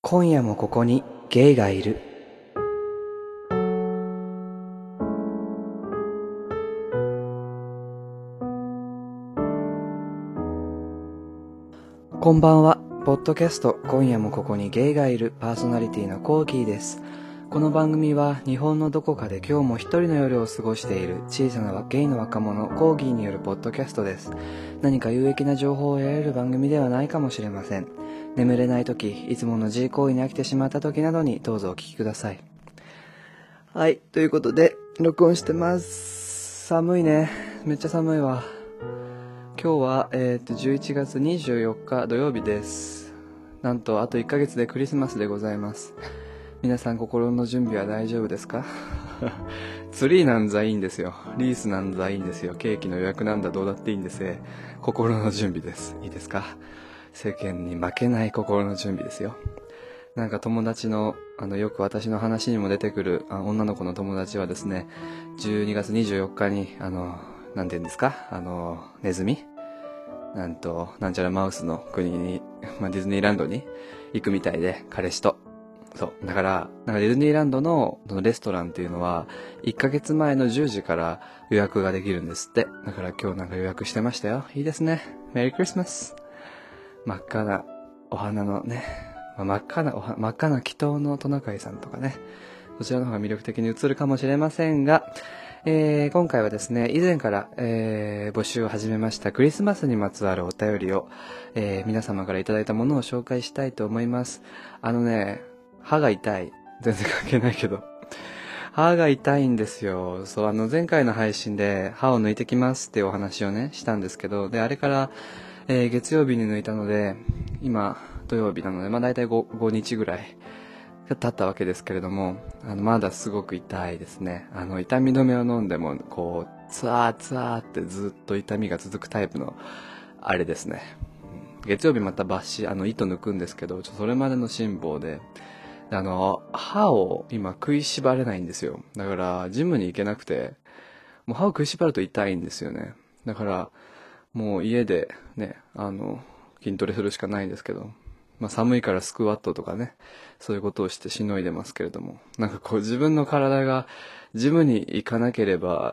今夜もここにゲイがいる。こんばんは。ポッドキャスト今夜もここにゲイがいるパーソナリティのコーギーです。この番組は日本のどこかで今日も一人の夜を過ごしている小さなゲイの若者コーギーによるポッドキャストです。何か有益な情報を得られる番組ではないかもしれません。眠れない時、いつもの G 行為に飽きてしまった時などにどうぞお聞きください。はい、ということで録音してます。寒いね。めっちゃ寒いわ。今日は、11月24日土曜日です。なんとあと1ヶ月でクリスマスでございます。皆さん心の準備は大丈夫ですか？ツリーなんざいいんですよ。リースなんざいいんですよ。ケーキの予約なんだどうだっていいんです。心の準備です。いいですか？世間に負けない心の準備ですよ。なんか友達のよく私の話にも出てくる女の子の友達はですね、12月24日になんて言うんですか、ネズミなんちゃらマウスの国に、ディズニーランドに行くみたいで、彼氏と。そう。だから、ディズニーランドのレストランっていうのは、1ヶ月前の10時から予約ができるんですって。だから今日なんか予約してましたよ。いいですね。メリークリスマス。真っ赤なお花のね、真っ赤な祈祷のトナカイさんとかね、そちらの方が魅力的に映るかもしれませんが、今回はですね、以前から、募集を始めましたクリスマスにまつわるお便りを、皆様からいただいたものを紹介したいと思います。歯が痛い。全然関係ないけど。歯が痛いんですよ。そう、前回の配信で歯を抜いてきますっていうお話をね、したんですけど、で、あれから、月曜日に抜いたので、今、土曜日なので、だいたい5日ぐらい経ったわけですけれども、まだすごく痛いですね。痛み止めを飲んでも、ツワーツワーってずっと痛みが続くタイプの、あれですね。月曜日また糸抜くんですけど、それまでの辛抱で、歯を今食いしばれないんですよ。だから、ジムに行けなくて、もう歯を食いしばると痛いんですよね。だから、もう家でね、筋トレするしかないんですけど、寒いからスクワットとかね、そういうことをしてしのいでますけれども、なんか自分の体がジムに行かなければ、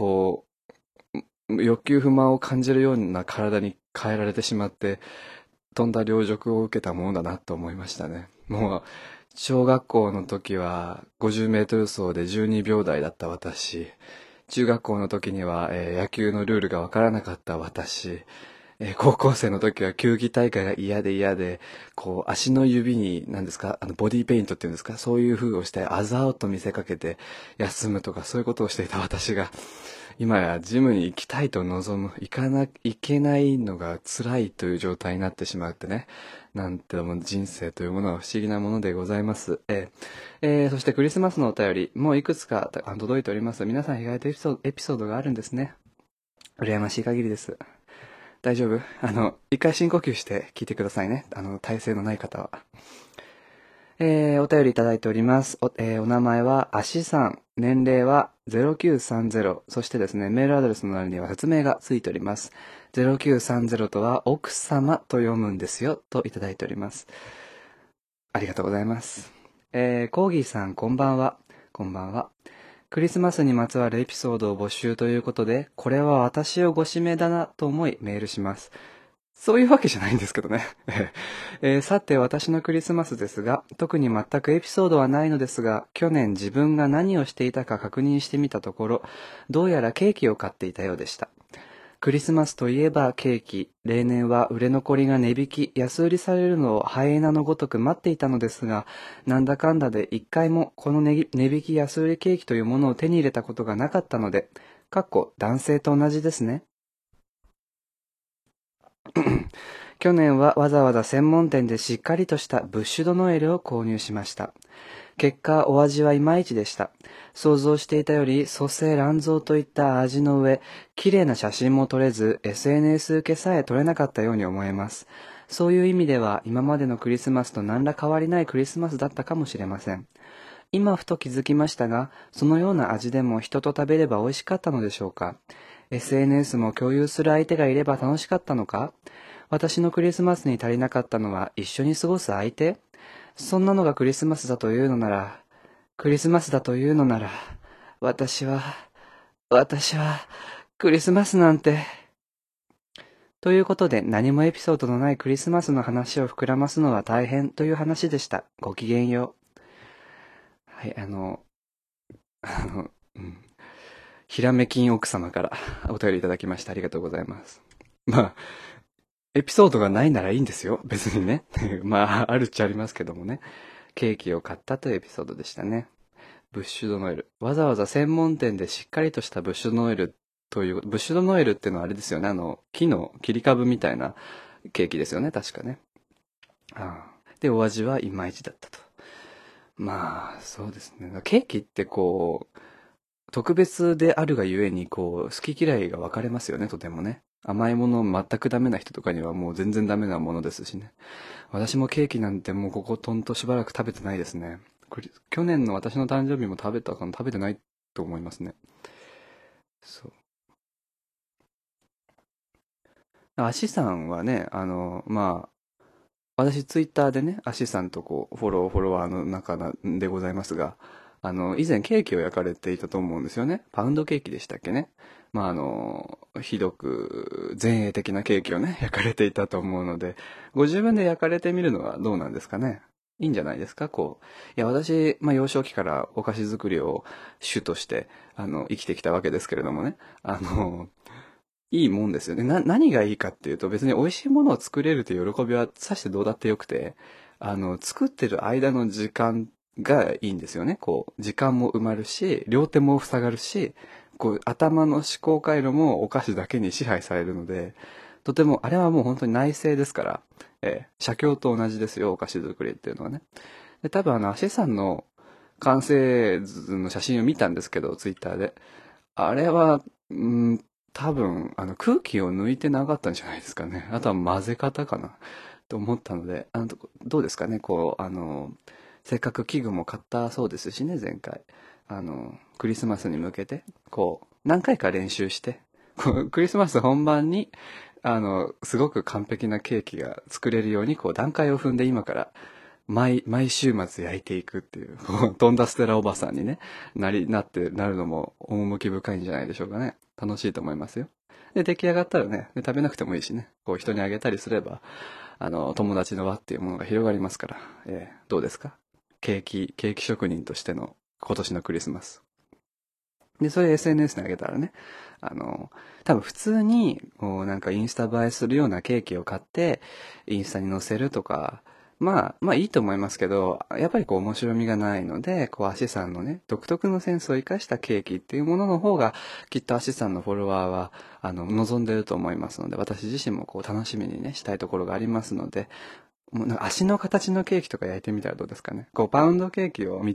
欲求不満を感じるような体に変えられてしまって、とんだ凌辱を受けたものだなと思いましたね。もう、小学校の時は50メートル走で12秒台だった私、中学校の時には、野球のルールがわからなかった私、高校生の時は球技大会が嫌で、足の指に、何ですか、ボディーペイントっていうんですか、そういう風をして、あざをと見せかけて休むとか、そういうことをしていた私が、今やジムに行きたいと望む、行けないのが辛いという状態になってしまうってね。なんても人生というものは不思議なものでございます。そしてクリスマスのお便り、もういくつか届いております。皆さん意外とエピソードがあるんですね。羨ましい限りです。大丈夫？一回深呼吸して聞いてくださいね。体勢のない方は。お便りいただいております。お名前はアシさん。年齢は0930。そしてですね、メールアドレスの欄には説明がついております。0930とは奥様と読むんですよ。といただいております。ありがとうございます。コーギーさん、こんばんは。こんばんは。クリスマスにまつわるエピソードを募集ということで、これは私をご指名だなと思いメールします。そういうわけじゃないんですけどね。さて私のクリスマスですが、特に全くエピソードはないのですが、去年自分が何をしていたか確認してみたところ、どうやらケーキを買っていたようでした。クリスマスといえばケーキ、例年は売れ残りが値引き、安売りされるのをハイエナのごとく待っていたのですが、なんだかんだで一回もこの値引き安売りケーキというものを手に入れたことがなかったので、男性と同じですね。去年はわざわざ専門店でしっかりとしたブッシュドノエルを購入しました。結果、お味はいまいちでした。想像していたより粗製乱造といった味の上、綺麗な写真も撮れず、SNS 受けさえ撮れなかったように思えます。そういう意味では、今までのクリスマスと何ら変わりないクリスマスだったかもしれません。今ふと気づきましたが、そのような味でも人と食べれば美味しかったのでしょうか。SNS も共有する相手がいれば楽しかったのか。私のクリスマスに足りなかったのは一緒に過ごす相手。 そんなのがクリスマスだというのなら、クリスマスだというのなら、私は、私は、クリスマスなんて。ということで、何もエピソードのないクリスマスの話を膨らますのは大変という話でした。ごきげんよう。はい、うん。ひらめきん奥様からお便りいただきました。ありがとうございます。まあ、エピソードがないならいいんですよ。別にね。まあ、あるっちゃありますけどもね。ケーキを買ったというエピソードでしたね。ブッシュドノエル。わざわざ専門店でしっかりとしたブッシュドノエルという、ブッシュドノエルっていうのはあれですよね。木の切り株みたいなケーキですよね。確かね。ああ。で、お味はいまいちだったと。まあ、そうですね。ケーキってこう、特別であるがゆえに、こう、好き嫌いが分かれますよね、とてもね。甘いもの全くダメな人とかにはもう全然ダメなものですしね。私もケーキなんてもうこことんとしばらく食べてないですね。去年の私の誕生日も食べてないと思いますね。そう。アシさんはね、まあ、私ツイッターでね、アシさんとこう、フォロワーの中でございますが、以前ケーキを焼かれていたと思うんですよね。パウンドケーキでしたっけね。まあ、ひどく前衛的なケーキをね、焼かれていたと思うので、ご自分で焼かれてみるのはどうなんですかね。いいんじゃないですかこう。いや、私、まあ、幼少期からお菓子作りを主として、生きてきたわけですけれどもね。いいもんですよね。何がいいかっていうと、別に美味しいものを作れるという喜びはさしてどうだってよくて、作ってる間の時間がいいんですよね。こう、時間も埋まるし、両手も塞がるし、こう、頭の思考回路もお菓子だけに支配されるので、とても、あれはもう本当に内政ですから、写経と同じですよ、お菓子作りっていうのはね。で、多分アシェさんの完成図の写真を見たんですけど、ツイッターで。あれは、多分、空気を抜いてなかったんじゃないですかね。あとは混ぜ方かな、と思ったので、どうですかね、こう、せっかく器具も買ったそうですしね、前回。クリスマスに向けて、こう、何回か練習して、こう、クリスマス本番に、すごく完璧なケーキが作れるように、こう、段階を踏んで今から毎週末焼いていくっていう、こう、とんだステラおばさんにね、なるのも趣深いんじゃないでしょうかね。楽しいと思いますよ。で、出来上がったらね、で食べなくてもいいしね、こう人にあげたりすれば、友達の輪っていうものが広がりますから、どうですかケーキ職人としての今年のクリスマス。で、それ SNS にあげたらね、あの、多分普通に、こうなんかインスタ映えするようなケーキを買って、インスタに載せるとか、まあいいと思いますけど、やっぱりこう面白みがないので、こうアシさんのね、独特のセンスを生かしたケーキっていうものの方が、きっとアシさんのフォロワーは、望んでると思いますので、私自身もこう楽しみにね、したいところがありますので、もうなんか足の形のケーキとか焼いてみたらどうですかね。こうパウンドケーキを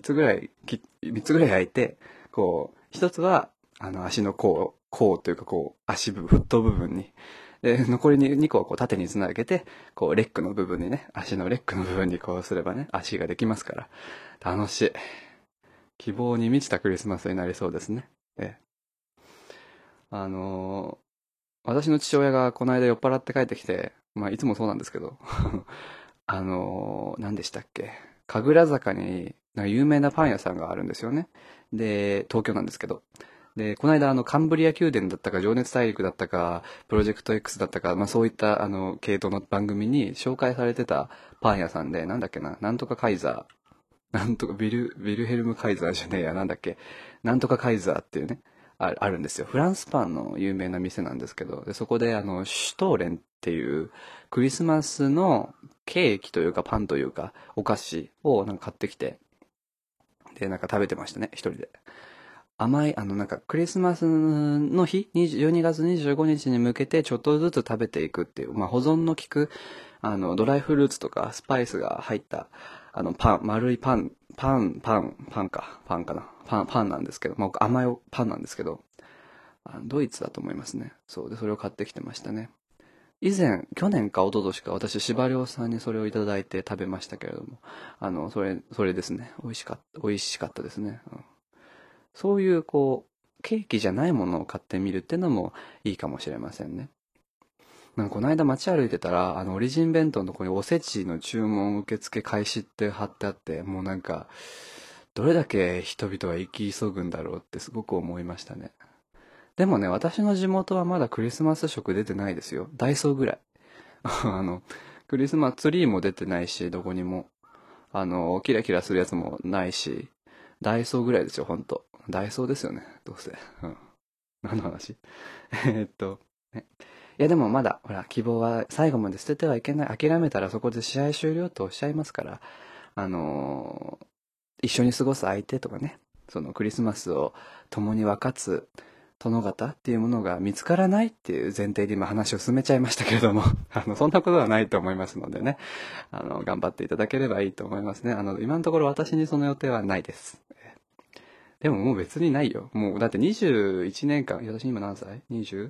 3つぐらい焼いて、こう、一つは、足の甲というかこう、フット部分に。で、残りに2個はこう縦につなげて、こう、レッグの部分にね、足のレッグの部分にこうすればね、足ができますから。楽しい。希望に満ちたクリスマスになりそうですね。ええ。あのー私の父親がこの間酔っ払って帰ってきて、まあいつもそうなんですけど、何でしたっけ神楽坂になんか有名なパン屋さんがあるんですよね。で、東京なんですけど。で、この間カンブリア宮殿だったか、情熱大陸だったか、プロジェクト X だったか、まあそういった系統の番組に紹介されてたパン屋さんで、なんだっけな、なんとかカイザー、なんとかビルヘルムカイザーじゃねえや、なんだっけ、なんとかカイザーっていうね、あるんですよ。フランスパンの有名な店なんですけど、でそこでシュトーレンっていうクリスマスのケーキというかパンというかお菓子をなんか買ってきて、で、なんか食べてましたね、一人で。甘い、なんかクリスマスの日、12月25日に向けてちょっとずつ食べていくっていう、まあ保存の効く、ドライフルーツとかスパイスが入った、丸いパンかな。パンなんですけど、まあ甘いパンなんですけど、ドイツだと思いますね。そう。で、それを買ってきてましたね。去年か一昨年か、私、司馬遼さんにそれをいただいて食べましたけれども、それですね。美味しかったですね。そういう、こう、ケーキじゃないものを買ってみるっていうのもいいかもしれませんね。 なんかこの間街歩いてたら、オリジン弁当のところにおせちの注文受付開始って貼ってあって、もうなんか、どれだけ人々は生き急ぐんだろうってすごく思いましたね。でもね、私の地元はまだクリスマス色出てないですよ。ダイソーぐらい。クリスマスツリーも出てないし、どこにも。キラキラするやつもないし、ダイソーぐらいですよ、ほんと。ダイソーですよね、どうせ。うん。何の話ね。いやでもまだ、ほら、希望は最後まで捨ててはいけない。諦めたらそこで試合終了とおっしゃいますから、一緒に過ごす相手とかね、そのクリスマスを共に分かつ殿方っていうものが見つからないっていう前提で今話を進めちゃいましたけれども、そんなことはないと思いますのでね、頑張っていただければいいと思いますね。今のところ私にその予定はないです。でももう別にないよ。もう、だって21年間、私今何歳？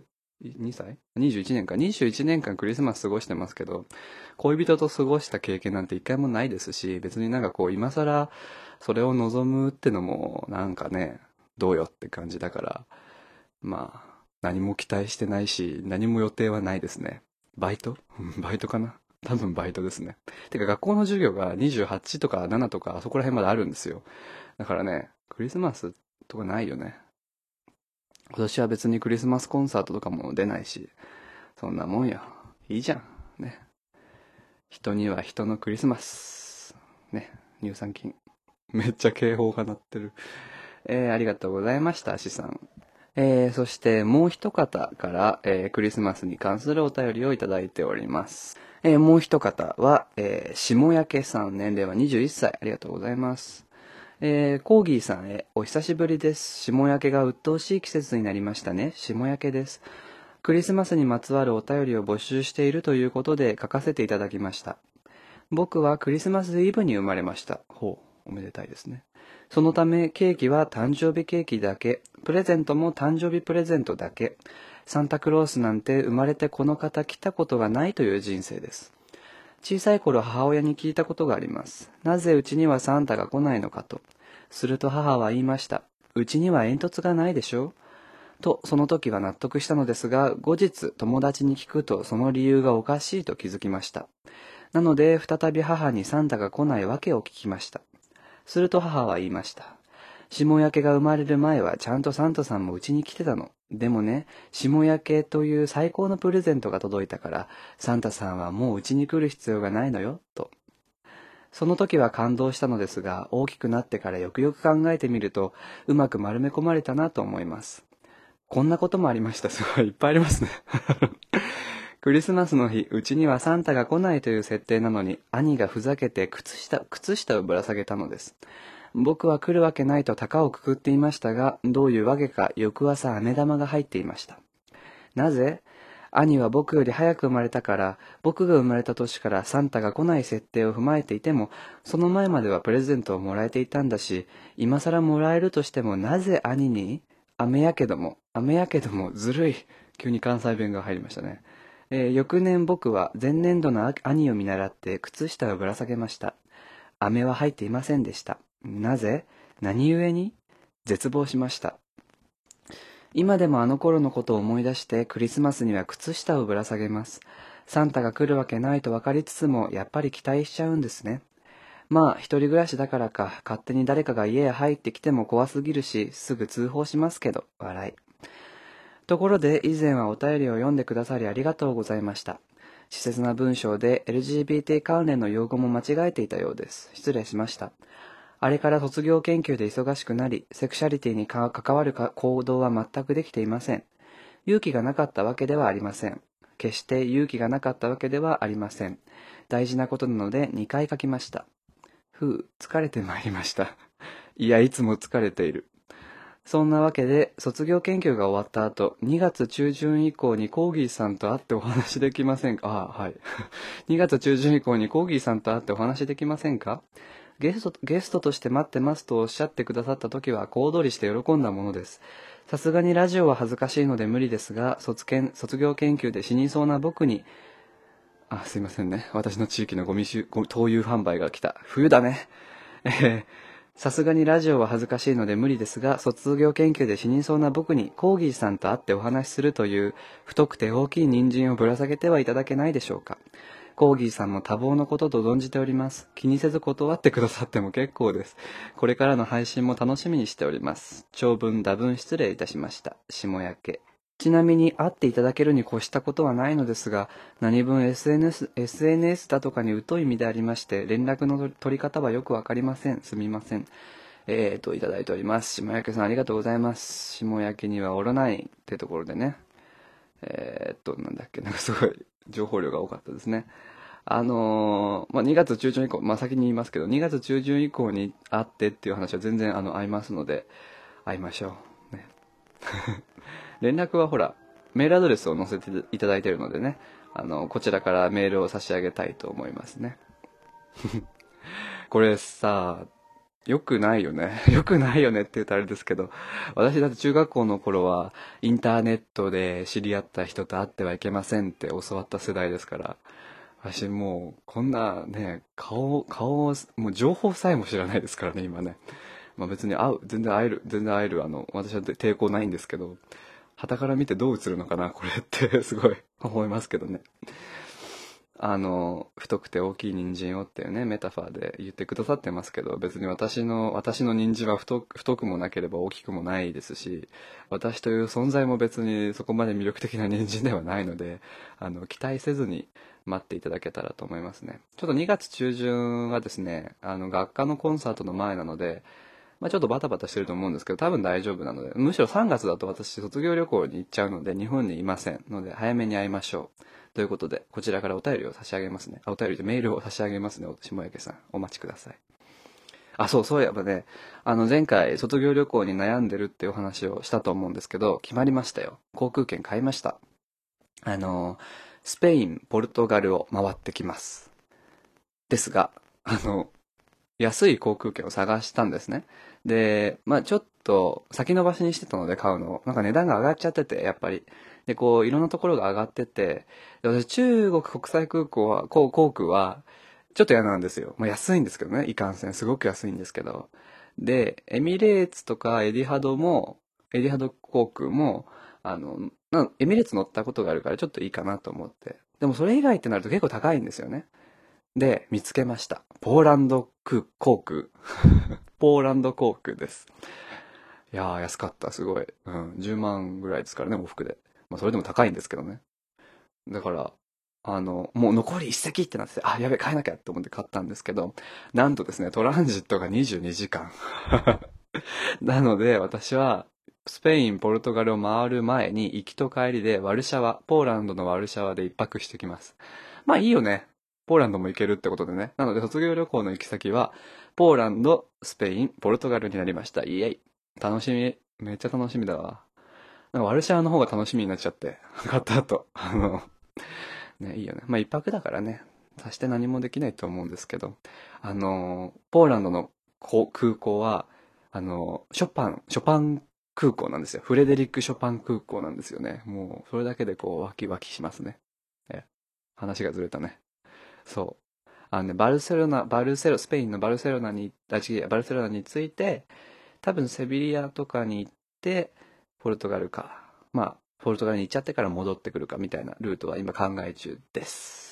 22 歳 ?21 年間。21年間クリスマス過ごしてますけど、恋人と過ごした経験なんて一回もないですし、別になんかこう、今更それを望むってのも、なんかね、どうよって感じだから、まあ、何も期待してないし、何も予定はないですね。バイトバイトかな、多分バイトですね。てか学校の授業が28とか7とか、そこら辺まであるんですよ。だからね、クリスマスとかないよね。今年は別にクリスマスコンサートとかも出ないし、そんなもんよ。いいじゃん。ね。人には人のクリスマス。ね。乳酸菌。めっちゃ警報が鳴ってる。ありがとうございました、アシさん。そしてもう一方から、クリスマスに関するお便りをいただいております。もう一方は、下焼さん、年齢は21歳。ありがとうございます。コーギーさんへお久しぶりです。霜焼けが鬱陶しい季節になりましたね。霜焼けです。クリスマスにまつわるお便りを募集しているということで書かせていただきました。僕はクリスマスイブに生まれました。ほう、おめでたいですね。そのためケーキは誕生日ケーキだけ、プレゼントも誕生日プレゼントだけ。サンタクロースなんて生まれてこの方来たことがないという人生です。小さい頃母親に聞いたことがあります。なぜうちにはサンタが来ないのかと。すると母は言いました。うちには煙突がないでしょと、その時は納得したのですが、後日友達に聞くとその理由がおかしいと気づきました。なので再び母にサンタが来ないわけを聞きました。すると母は言いました。霜焼けが生まれる前はちゃんとサンタさんもうちに来てたの。でもね、霜焼けという最高のプレゼントが届いたから、サンタさんはもううちに来る必要がないのよ、と。その時は感動したのですが、大きくなってからよくよく考えてみると、うまく丸め込まれたなと思います。こんなこともありました。すごい、いっぱいありますね。クリスマスの日、うちにはサンタが来ないという設定なのに、兄がふざけて靴下をぶら下げたのです。僕は来るわけないと高をくくっていましたが、どういうわけか翌朝飴玉が入っていました。なぜ？兄は僕より早く生まれたから、僕が生まれた年からサンタが来ない設定を踏まえていても、その前まではプレゼントをもらえていたんだし、今更もらえるとしてもなぜ兄に？飴やけども、ずるい。急に関西弁が入りましたね。翌年僕は前年度の兄を見習って靴下をぶら下げました。飴は入っていませんでした。なぜ？何故に？絶望しました。今でもあの頃のことを思い出してクリスマスには靴下をぶら下げます。サンタが来るわけないと分かりつつもやっぱり期待しちゃうんですね。まあ一人暮らしだからか勝手に誰かが家へ入ってきても怖すぎるしすぐ通報しますけど、笑い。ところで以前はお便りを読んでくださりありがとうございました。稚拙な文章で LGBT 関連の用語も間違えていたようです。失礼しました。あれから卒業研究で忙しくなり、セクシャリティに関わる行動は全くできていません。勇気がなかったわけではありません。決して勇気がなかったわけではありません。大事なことなので2回書きました。疲れてまいりました。いや、いつも疲れている。そんなわけで、卒業研究が終わった後、2月中旬以降にコーギーさんと会ってお話できませんか？はい。2月中旬以降にコーギーさんと会ってお話できませんか？ゲストとして待ってますとおっしゃってくださった時は小躍りして喜んだものです。さすがにラジオは恥ずかしいので無理ですが、卒業研究で死にそうな僕に、すいませんね。私の地域の灯油販売が来た。冬だね。 さすがにラジオは恥ずかしいので無理ですが、卒業研究で死にそうな僕にコーギーさんと会ってお話しするという太くて大きい人参をぶら下げてはいただけないでしょうか。コーギーさんも多忙のことと存じております。気にせず断ってくださっても結構です。これからの配信も楽しみにしております。長文多文失礼いたしました。下焼け。ちなみに会っていただけるに越したことはないのですが、何分 SNS だとかに疎い意味でありまして、連絡の取り方はよくわかりません。すみません。いただいております。下焼さんありがとうございます。下焼けにはおらないってところでね。なんだっけ、なんかすごい情報量が多かったですね。2月中旬以降、先に言いますけど、2月中旬以降に会ってっていう話は全然合いますので、会いましょう。ね。連絡はほら、メールアドレスを載せていただいているのでね、こちらからメールを差し上げたいと思いますね。これさ、よくないよね。よくないよねって言うとあれですけど、私だって中学校の頃はインターネットで知り合った人と会ってはいけませんって教わった世代ですから、私もうこんなね、顔を、もう情報さえも知らないですからね、今ね。別に全然会える、私は抵抗ないんですけど、傍から見てどう映るのかな、これってすごい思いますけどね。太くて大きい人参をっていうね、メタファーで言ってくださってますけど、別に私の人参は太くもなければ大きくもないですし、私という存在も別にそこまで魅力的な人参ではないので、期待せずに待っていただけたらと思いますね。ちょっと2月中旬はですね、学科のコンサートの前なので、ちょっとバタバタしてると思うんですけど、多分大丈夫なので、むしろ3月だと私卒業旅行に行っちゃうので、日本にいませんので、早めに会いましょう。ということで、こちらからお便りを差し上げますね。お便りでメールを差し上げますね、下焼さん。お待ちください。そういえばね、前回卒業旅行に悩んでるっていうお話をしたと思うんですけど、決まりましたよ。航空券買いました。スペイン、ポルトガルを回ってきます。ですが、安い航空券を探したんですね。で、ちょっと先延ばしにしてたので買うの。なんか値段が上がっちゃってて、やっぱり。で、いろんなところが上がってて、で私、中国国際航空は、ちょっと嫌なんですよ。安いんですけどね、いかんせん。すごく安いんですけど。で、エミレーツとかエディハド航空も、エミレーツ乗ったことがあるからちょっといいかなと思って。でもそれ以外ってなると結構高いんですよね。で、見つけました。ポーランド航空。ポーランド航空です。いやー、安かった、すごい。10万ぐらいですからね、往復で。それでも高いんですけどね。だから、もう残り一席ってなってて、やべ、買えなきゃって思って買ったんですけど、なんとですね、トランジットが22時間。なので、私は、スペイン、ポルトガルを回る前に、行きと帰りで、ポーランドのワルシャワで一泊してきます。いいよね。ポーランドも行けるってことでね。なので、卒業旅行の行き先は、ポーランド、スペイン、ポルトガルになりました。イエイ。楽しみ。めっちゃ楽しみだわ。なんかワルシャワの方が楽しみになっちゃって。買った後。ね、いいよね。一泊だからね。さして何もできないと思うんですけど。ポーランドの空港は、ショパン空港なんですよ。フレデリック・ショパン空港なんですよね。もう、それだけでワキワキしますね。話がずれたね。そう。スペインのバルセロナに、バルセロナに着いて、多分セビリアとかに行って、ポルトガルか。ポルトガルに行っちゃってから戻ってくるかみたいなルートは今考え中です。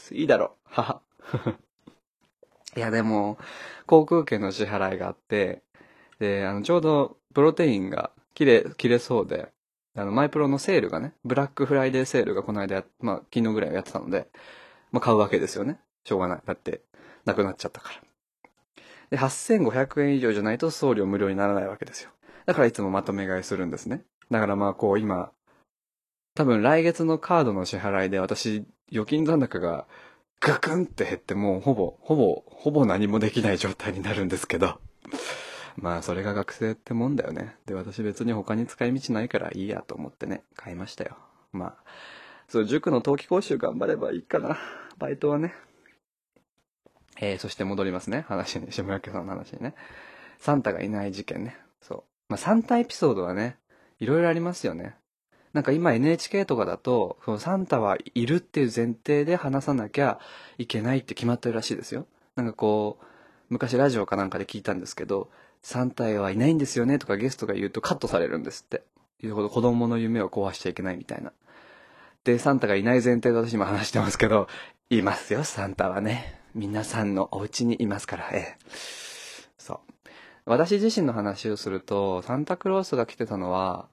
いいだろう。はは。いやでも、航空券の支払いがあって、で、ちょうどプロテインが切れそうで、マイプロのセールがね、ブラックフライデーセールがこの間昨日ぐらいやってたので、買うわけですよね。しょうがない。だって、なくなっちゃったから。で、8500円以上じゃないと送料無料にならないわけですよ。だからいつもまとめ買いするんですね。だから今、多分来月のカードの支払いで私、預金残高がガクンって減ってもうほぼ何もできない状態になるんですけど。それが学生ってもんだよね。で、私別に他に使い道ないからいいやと思ってね、買いましたよ。そう、塾の冬季講習頑張ればいいかな。バイトはね。そして戻りますね。下焼さんの話にね。サンタがいない事件ね。そう。サンタエピソードはね、いろいろありますよね。なんか今 NHK とかだと、そのサンタはいるっていう前提で話さなきゃいけないって決まってるらしいですよ。なんか昔ラジオかなんかで聞いたんですけど、サンタはいないんですよねとかゲストが言うとカットされるんですって。いうほど子供の夢を壊しちゃいけないみたいな。で、サンタがいない前提で私今話してますけど、いますよ、サンタはね。皆さんのお家にいますから、そう。私自身の話をすると、サンタクロースが来てたのは、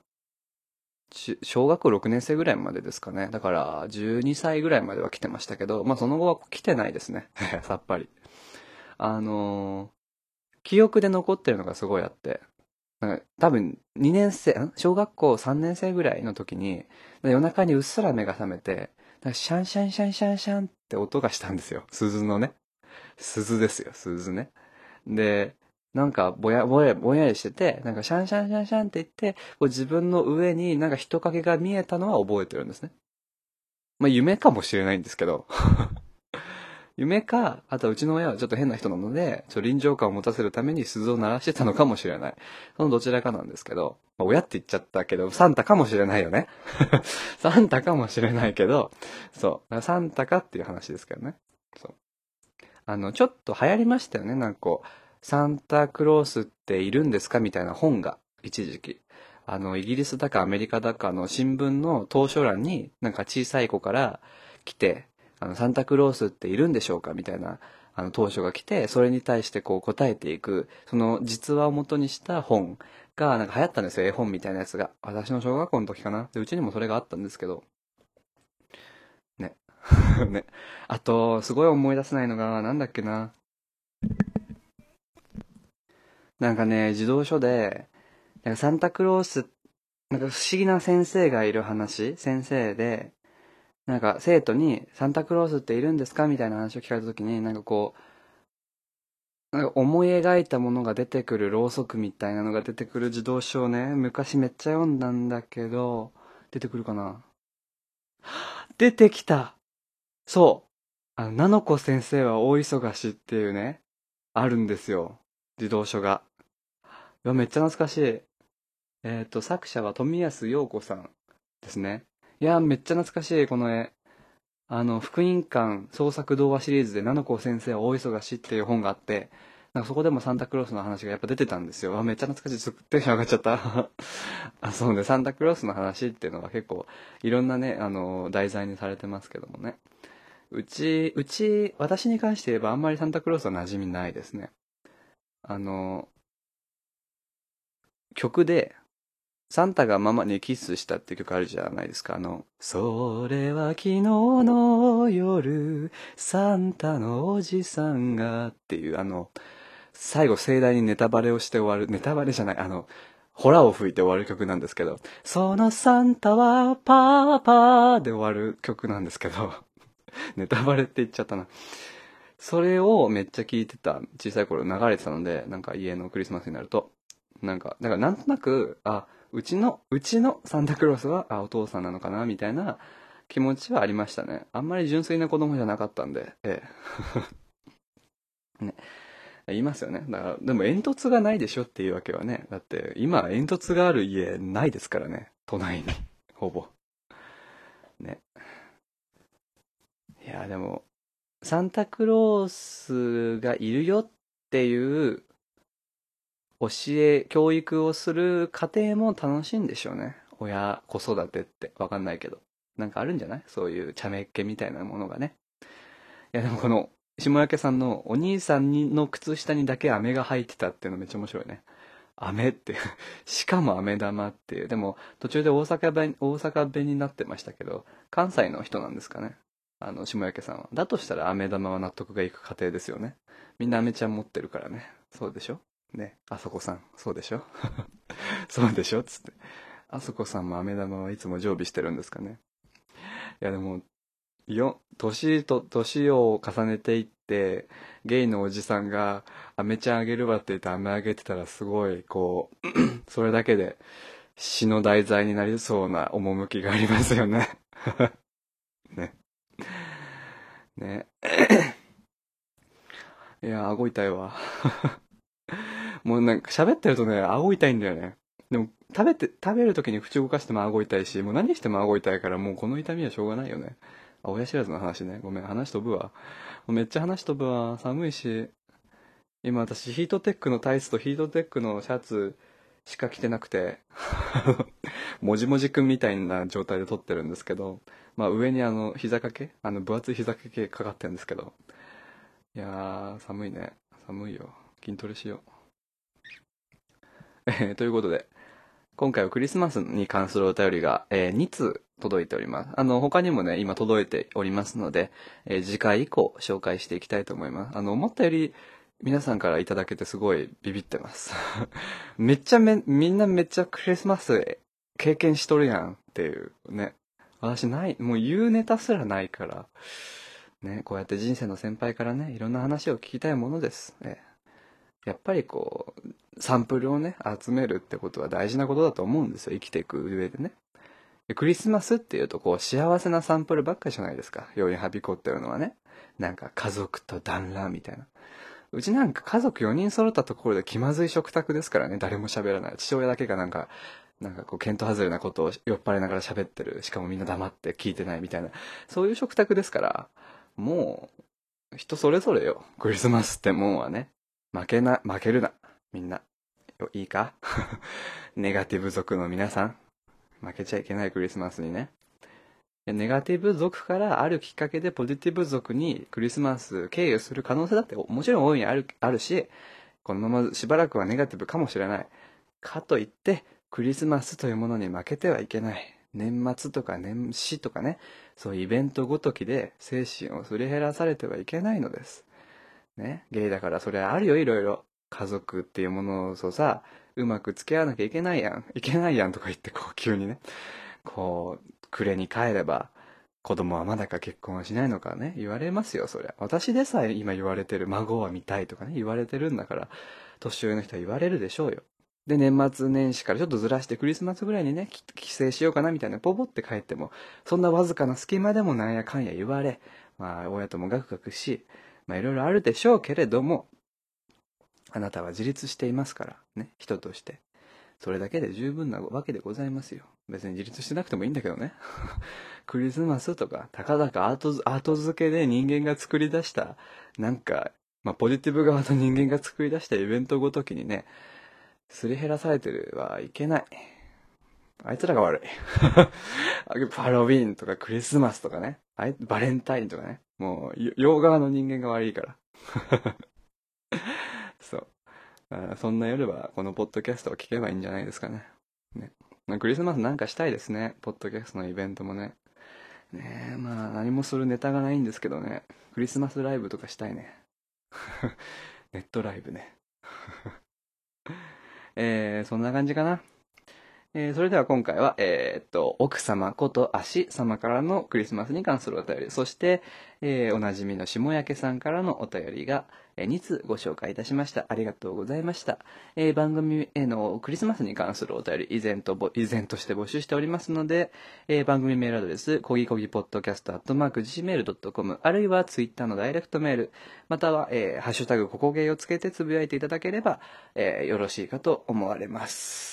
小学校6年生ぐらいまでですかね。だから、12歳ぐらいまでは来てましたけど、まあその後は来てないですね。さっぱり。あのー記憶で残ってるのがすごいあって、なんか多分2年生、小学校3年生ぐらいの時に、夜中にうっすら目が覚めて、なんかシャンシャンシャンシャンシャンって音がしたんですよ。鈴のね。鈴ですよ、鈴ね。で、なんかぼんやりしてて、なんかシャンシャンシャンシャンって言って、こう自分の上になんか人影が見えたのは覚えてるんですね。まあ夢かもしれないんですけど、夢か、あとはうちの親はちょっと変な人なので、臨場感を持たせるために鈴を鳴らしてたのかもしれない。そのどちらかなんですけど、まあ、親って言っちゃったけど、サンタかもしれないよね。サンタかもしれないけど、そう。サンタかっていう話ですけどね。そう。ちょっと流行りましたよね。なんかこう、サンタクロースっているんですかみたいな本が、一時期。イギリスだかアメリカだかの新聞の当初欄に、なんか小さい子から来て、サンタクロースっているんでしょうかみたいな、当初が来て、それに対してこう答えていく、その実話を元にした本が、なんか流行ったんですよ。絵本みたいなやつが。私の小学校の時かな。で、うちにもそれがあったんですけど、ね。ね。あと、すごい思い出せないのが、なんだっけな。なんかね、児童書で、なんかサンタクロース、なんか不思議な先生がいる話、先生で、なんか生徒にサンタクロースっているんですかみたいな話を聞かれた時に、なんかこう、なんか思い描いたものが出てくるろうそくみたいなのが出てくる児童書をね、昔めっちゃ読んだんだけど、出てくるかな。出てきた。そう。ナノコ先生は大忙しっていうね、あるんですよ。児童書が。いや、めっちゃ懐かしい。作者は富安陽子さんですね。いや、めっちゃ懐かしい、この絵。福音館創作童話シリーズで、ナノコ先生は大忙しっていう本があって、なんかそこでもサンタクロースの話がやっぱ出てたんですよ。めっちゃ懐かしい。テンション上がっちゃった。そうね、サンタクロースの話っていうのは結構、いろんなね、題材にされてますけどもね。私に関して言えばあんまりサンタクロースは馴染みないですね。あの、曲で、サンタがママにキスしたっていう曲あるじゃないですか。それは昨日の夜、サンタのおじさんがっていう最後盛大にネタバレをして終わる、ネタバレじゃない、ホラーを吹いて終わる曲なんですけど、そのサンタはパーパーで終わる曲なんですけど、ネタバレって言っちゃったな。それをめっちゃ聞いてた、小さい頃流れてたので、なんか家のクリスマスになると、なんか、だからなんとなく、うちのサンタクロースは、お父さんなのかな、みたいな気持ちはありましたね。あんまり純粋な子供じゃなかったんで、ね。言いますよね。だから、でも煙突がないでしょっていうわけはね。だって、今煙突がある家ないですからね。都内に。ほぼ。ね。いや、でも、サンタクロースがいるよっていう教育をする家庭も楽しいんでしょうね。子育てってわかんないけど。なんかあるんじゃないそういう茶目っ気みたいなものがね。いやでもこの、下焼さんのお兄さんの靴下にだけ飴が入ってたっていうのめっちゃ面白いね。飴ってしかも飴玉っていう。でも途中で大阪弁になってましたけど、関西の人なんですかね。下焼さんは。だとしたら飴玉は納得がいく家庭ですよね。みんな飴ちゃん持ってるからね。そうでしょね。あそこさん、そうでしょそうでしょつって。あそこさんも飴玉はいつも常備してるんですかね。いやでも、年を重ねていって、ゲイのおじさんが、飴ちゃんあげるわって言って飴あげてたらすごい、こう、それだけで詩の題材になりそうな趣がありますよね。ね。ね。いや、顎痛いわ。もうなんか喋ってるとね、顎痛いんだよね。でも、食べるときに口動かしても顎痛いし、もう何しても顎痛いから、もうこの痛みはしょうがないよね。親知らずの話ね。ごめん、話飛ぶわ。もうめっちゃ話飛ぶわ。寒いし。 今私ヒートテックのタイツとヒートテックのシャツしか着てなくてもじもじくんみたいな状態で撮ってるんですけど、まあ上に膝掛け分厚い膝掛けかかってるんですけど、いやー寒いね。寒いよ。筋トレしよう。ということで今回はクリスマスに関するお便りが、2通届いております。他にもね、今届いておりますので、次回以降紹介していきたいと思います。思ったより皆さんからいただけてすごいビビってます。みんなめっちゃクリスマス経験しとるやんっていうね。私ない、もう言うネタすらないから、ね、こうやって人生の先輩からね、いろんな話を聞きたいものです。やっぱりこう、サンプルをね、集めるってことは大事なことだと思うんですよ。生きていく上でね。クリスマスっていうとこう、幸せなサンプルばっかりじゃないですか。世にはびこってるのはね。なんか家族と団らんみたいな。うちなんか家族4人揃ったところで気まずい食卓ですからね。誰も喋らない。父親だけがなんかこう、見当外れなことを酔っ払いながら喋ってる。しかもみんな黙って聞いてないみたいな。そういう食卓ですから、もう、人それぞれよ。クリスマスってもんはね。負けるな。みんな。いいかネガティブ族の皆さん。負けちゃいけないクリスマスにね。ネガティブ族からあるきっかけでポジティブ族にクリスマス経由する可能性だってもちろん大いにあるし、このまましばらくはネガティブかもしれない。かといって、クリスマスというものに負けてはいけない。年末とか年始とかね、そういうイベントごときで精神をすり減らされてはいけないのです。ね、ゲイだからそれあるよ、いろいろ。家族っていうものをさ、うまく付き合わなきゃいけないやん。いけないやんとか言って、こう急にね、こう、暮れに帰れば、子供はまだか結婚はしないのかね、言われますよ、そりゃ。私でさえ今言われてる、孫は見たいとかね、言われてるんだから、年上の人は言われるでしょうよ。で、年末年始からちょっとずらしてクリスマスぐらいにね、帰省しようかなみたいな、ポポって帰っても、そんなわずかな隙間でもなんやかんや言われ、まあ、親ともガクガクし、まあ、いろいろあるでしょうけれども、あなたは自立していますから、ね、人として。それだけで十分なわけでございますよ。別に自立してなくてもいいんだけどね。クリスマスとか、たかだか後付けで人間が作り出した、なんか、まあ、ポジティブ側の人間が作り出したイベントごときにね、すり減らされてはいけない。あいつらが悪い。ハロウィーンとかクリスマスとかね。バレンタインとかね。もう、洋側の人間が悪いから。そう。そんな夜はこのポッドキャストを聞けばいいんじゃないですかね。ね。クリスマスなんかしたいですね。ポッドキャストのイベントもね。ねえ、まあ何もするネタがないんですけどね。クリスマスライブとかしたいね。ネットライブね。そんな感じかな。それでは今回は、奥様こと足様からのクリスマスに関するお便り、そして、おなじみの下焼さんからのお便りが、2通ご紹介いたしました。ありがとうございました。番組へのクリスマスに関するお便り、依然として募集しておりますので、番組メールアドレス、こぎこぎポッドキャスト@gmail.com、あるいはツイッターのダイレクトメール、または、ハッシュタグここゲーをつけてつぶやいていただければ、よろしいかと思われます。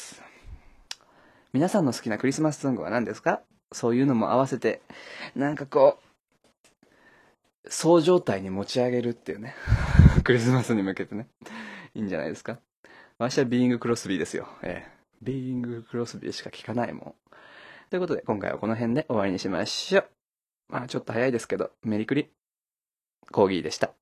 皆さんの好きなクリスマスソングは何ですか？そういうのも合わせて、なんかこう、そう状態に持ち上げるっていうね。クリスマスに向けてね。いいんじゃないですか。私はビーイングクロスビーですよ。ビーイングクロスビーしか聞かないもん。ということで、今回はこの辺で終わりにしましょう。まあちょっと早いですけど、メリクリ、コーギーでした。